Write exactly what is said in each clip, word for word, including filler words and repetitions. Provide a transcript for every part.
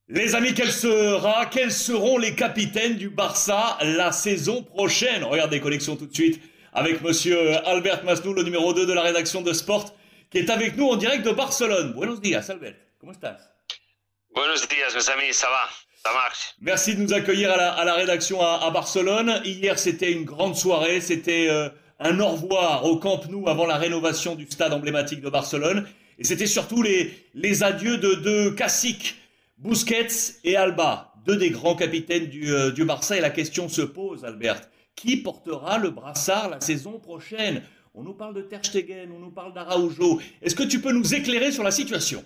Les amis, quel sera, quels seront les capitaines du Barça la saison prochaine? Regardez, connexion tout de suite avec monsieur Albert Masnou, le numéro deux de la rédaction de Sport, qui est avec nous en direct de Barcelone. Buenos días, Albert. ¿Cómo estás? Buenos días, mes amis, ça va, ça marche. Merci de nous accueillir à la, à la rédaction à, à Barcelone. Hier, c'était une grande soirée, c'était euh, un au revoir au Camp Nou avant la rénovation du stade emblématique de Barcelone. Et c'était surtout les, les adieux de deux caciques, Busquets et Alba, deux des grands capitaines du, euh, du Barça. Et la question se pose, Albert, qui portera le brassard la saison prochaine? On nous parle de Ter Stegen, on nous parle d'Araujo. Est-ce que tu peux nous éclairer sur la situation?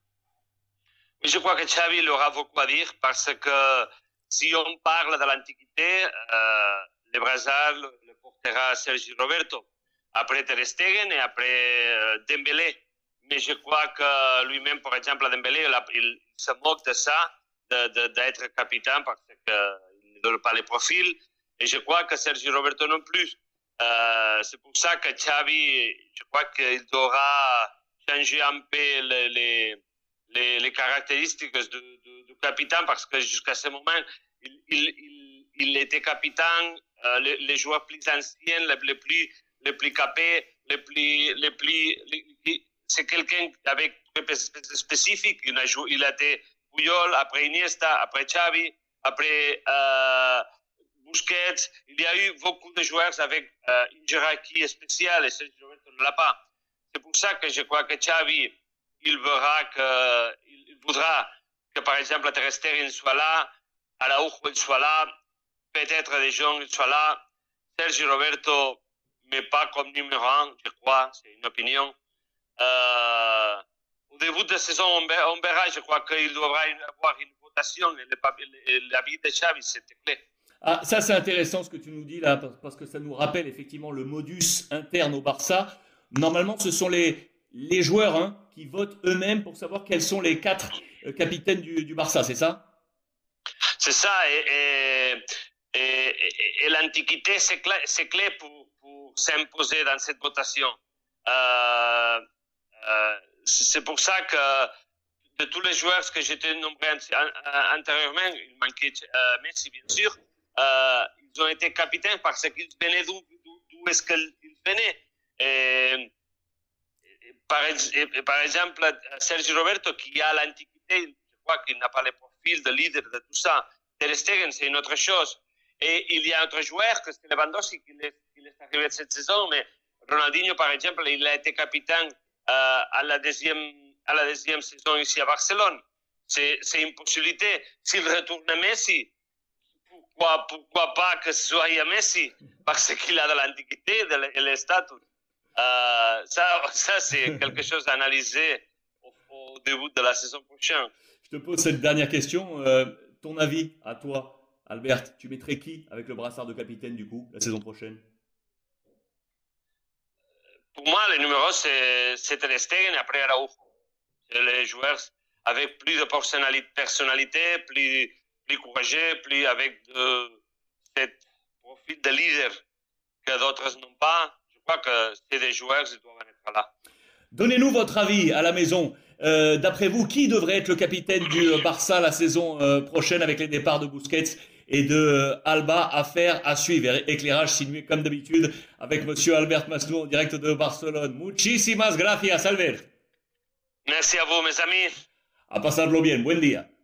Mais je crois que Xavi il aura beaucoup à dire parce que si on parle de l'Antiquité, euh, le brassard le portera Sergi Roberto, après Ter Stegen et après euh, Dembélé. Mais je crois que lui-même, par exemple, Dembélé, il, il se moque de ça, de, de, d'être capitaine parce qu'il ne donne pas les profils. Et je crois que Sergi Roberto non plus. Euh, c'est pour ça que Xavi, je crois qu'il devra changer un peu les, les, les, les caractéristiques du, du, du capitaine parce que jusqu'à ce moment, il, il, il, il était capitaine, euh, les, les joueurs plus anciens, les, les plus, les plus capés, les plus, les plus, les, c'est quelqu'un avec spécifique. Il a joué, il a été Puyol, après Iniesta, après Xavi, après euh, Busquets. Il y a eu beaucoup de joueurs avec euh, une hiérarchie spéciale et Sergio Roberto ne l'a pas. C'est pour ça que je crois que Xavi, il verra que, il voudra que par exemple Ter Stegen soit là, Araujo soit là, peut-être des gens soient là, Sergio Roberto, mais pas comme numéro un, je crois, c'est une opinion. Euh, au début de la saison, on verra, on verra je crois qu'il devra avoir une votation et l'avis de Xavi, c'était clé. Ah, ça c'est intéressant ce que tu nous dis là, parce que ça nous rappelle effectivement le modus interne au Barça. Normalement, ce sont les, les joueurs hein, qui votent eux-mêmes pour savoir quels sont les quatre euh, capitaines du, du Barça, c'est ça? C'est ça, et, et, et, et, et l'Antiquité, c'est clé, c'est clé pour, pour s'imposer dans cette votation. Euh, euh, c'est pour ça que de tous les joueurs que j'étais nombré antérieurement, il manquait euh, Messi bien sûr, euh, ils ont été capitaines parce qu'ils venaient d'où, d'où est-ce qu'ils venaient. Et, et, par, et, par exemple, Sergi Roberto qui a l'Antiquité, je crois qu'il n'a pas le profil de leader de tout ça. Ter Stegen, c'est une autre chose. Et il y a un autre joueur, que c'est Lewandowski, qui est, qui est arrivé cette saison, mais Ronaldinho, par exemple, il a été capitaine euh, à, la deuxième, à la deuxième saison ici à Barcelone. C'est, c'est une possibilité. S'il retourne à Messi, pourquoi, pourquoi pas que ce soit à Messi? Parce qu'il a de l'antiquité et le statut. Euh, ça, ça, c'est quelque chose à analyser au, au début de la saison prochaine. Je te pose cette dernière question. Euh, ton avis à toi, Albert, tu mettrais qui avec le brassard de capitaine du coup, la saison prochaine? Pour moi, le numéro, c'est, c'est Ter Stegen et après Araujo. C'est les joueurs avec plus de personnalité, personnalité plus, plus courageux, plus avec de, cette profil de leader que d'autres n'ont pas. Je crois que c'est des joueurs qui doivent être là. Donnez-nous votre avis à la maison. Euh, d'après vous, qui devrait être le capitaine du Barça la saison euh, prochaine avec les départs de Busquets et de euh, Alba? Affaire à suivre. Éclairage signé comme d'habitude avec monsieur Albert Masnou en direct de Barcelone. Muchísimas gracias, Albert. Merci à vous, mes amis. A pasarlo bien. Buen día.